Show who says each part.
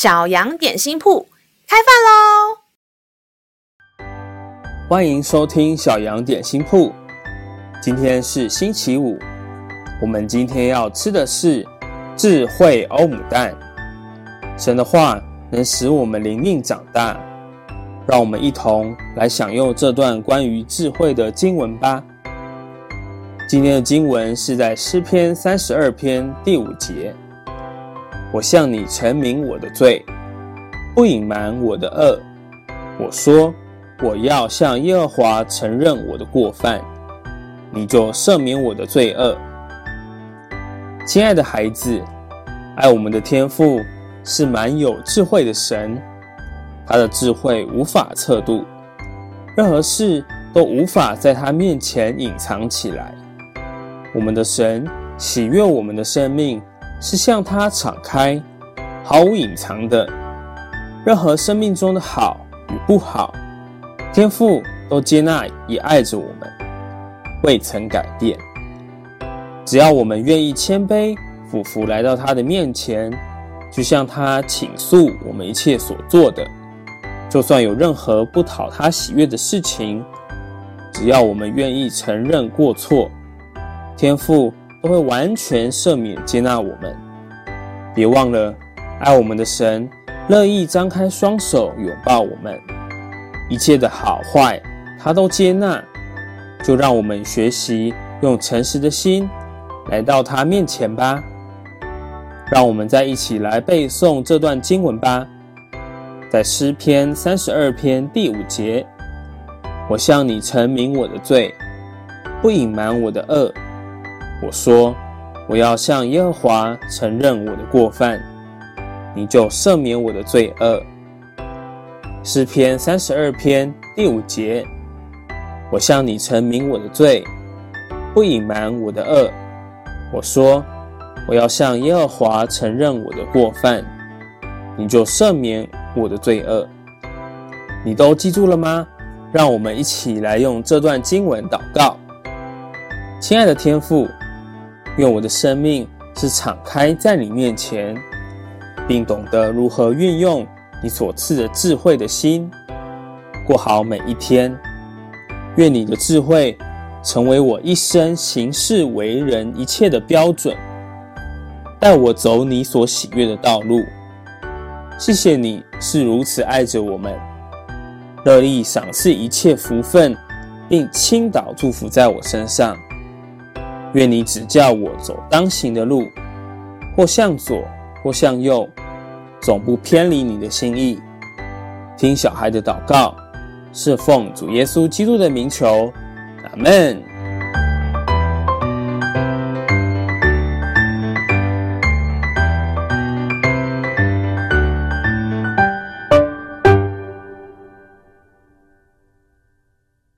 Speaker 1: 小羊点心铺开饭喽！
Speaker 2: 欢迎收听小羊点心铺。今天是星期五，我们今天要吃的是智慧欧姆蛋。神的话能使我们灵命长大，让我们一同来享用这段关于智慧的经文吧。今天的经文是在诗篇32篇第5节。我向你陈明我的罪，不隐瞒我的恶。我说，我要向耶和华承认我的过犯，你就赦免我的罪恶。亲爱的孩子，爱我们的天父是蛮有智慧的神，他的智慧无法测度，任何事都无法在他面前隐藏起来。我们的神喜悦我们的生命是向他敞开，毫无隐藏的。任何生命中的好与不好，天父都接纳也爱着我们，未曾改变。只要我们愿意谦卑俯伏来到他的面前，就向他倾诉我们一切所做的，就算有任何不讨他喜悦的事情，只要我们愿意承认过错，天父都会完全赦免接纳我们。别忘了，爱我们的神乐意张开双手拥抱我们，一切的好坏他都接纳。就让我们学习用诚实的心来到他面前吧。让我们再一起来背诵这段经文吧。在诗篇32篇第5节，我向你陈明我的罪，不隐瞒我的恶。我说，我要向耶和华承认我的过犯，你就赦免我的罪恶。诗篇32篇第5节，我向你陈明我的罪，不隐瞒我的恶。我说，我要向耶和华承认我的过犯，你就赦免我的罪恶。你都记住了吗？让我们一起来用这段经文祷告。亲爱的天父，愿我的生命是敞开在你面前，并懂得如何运用你所赐的智慧的心，过好每一天。愿你的智慧成为我一生行事为人一切的标准，带我走你所喜悦的道路。谢谢你是如此爱着我们，乐意赏赐一切福分，并倾倒祝福在我身上。愿你指教我走当行的路，或向左或向右，总不偏离你的心意。听小孩的祷告，是奉主耶稣基督的名求，阿们。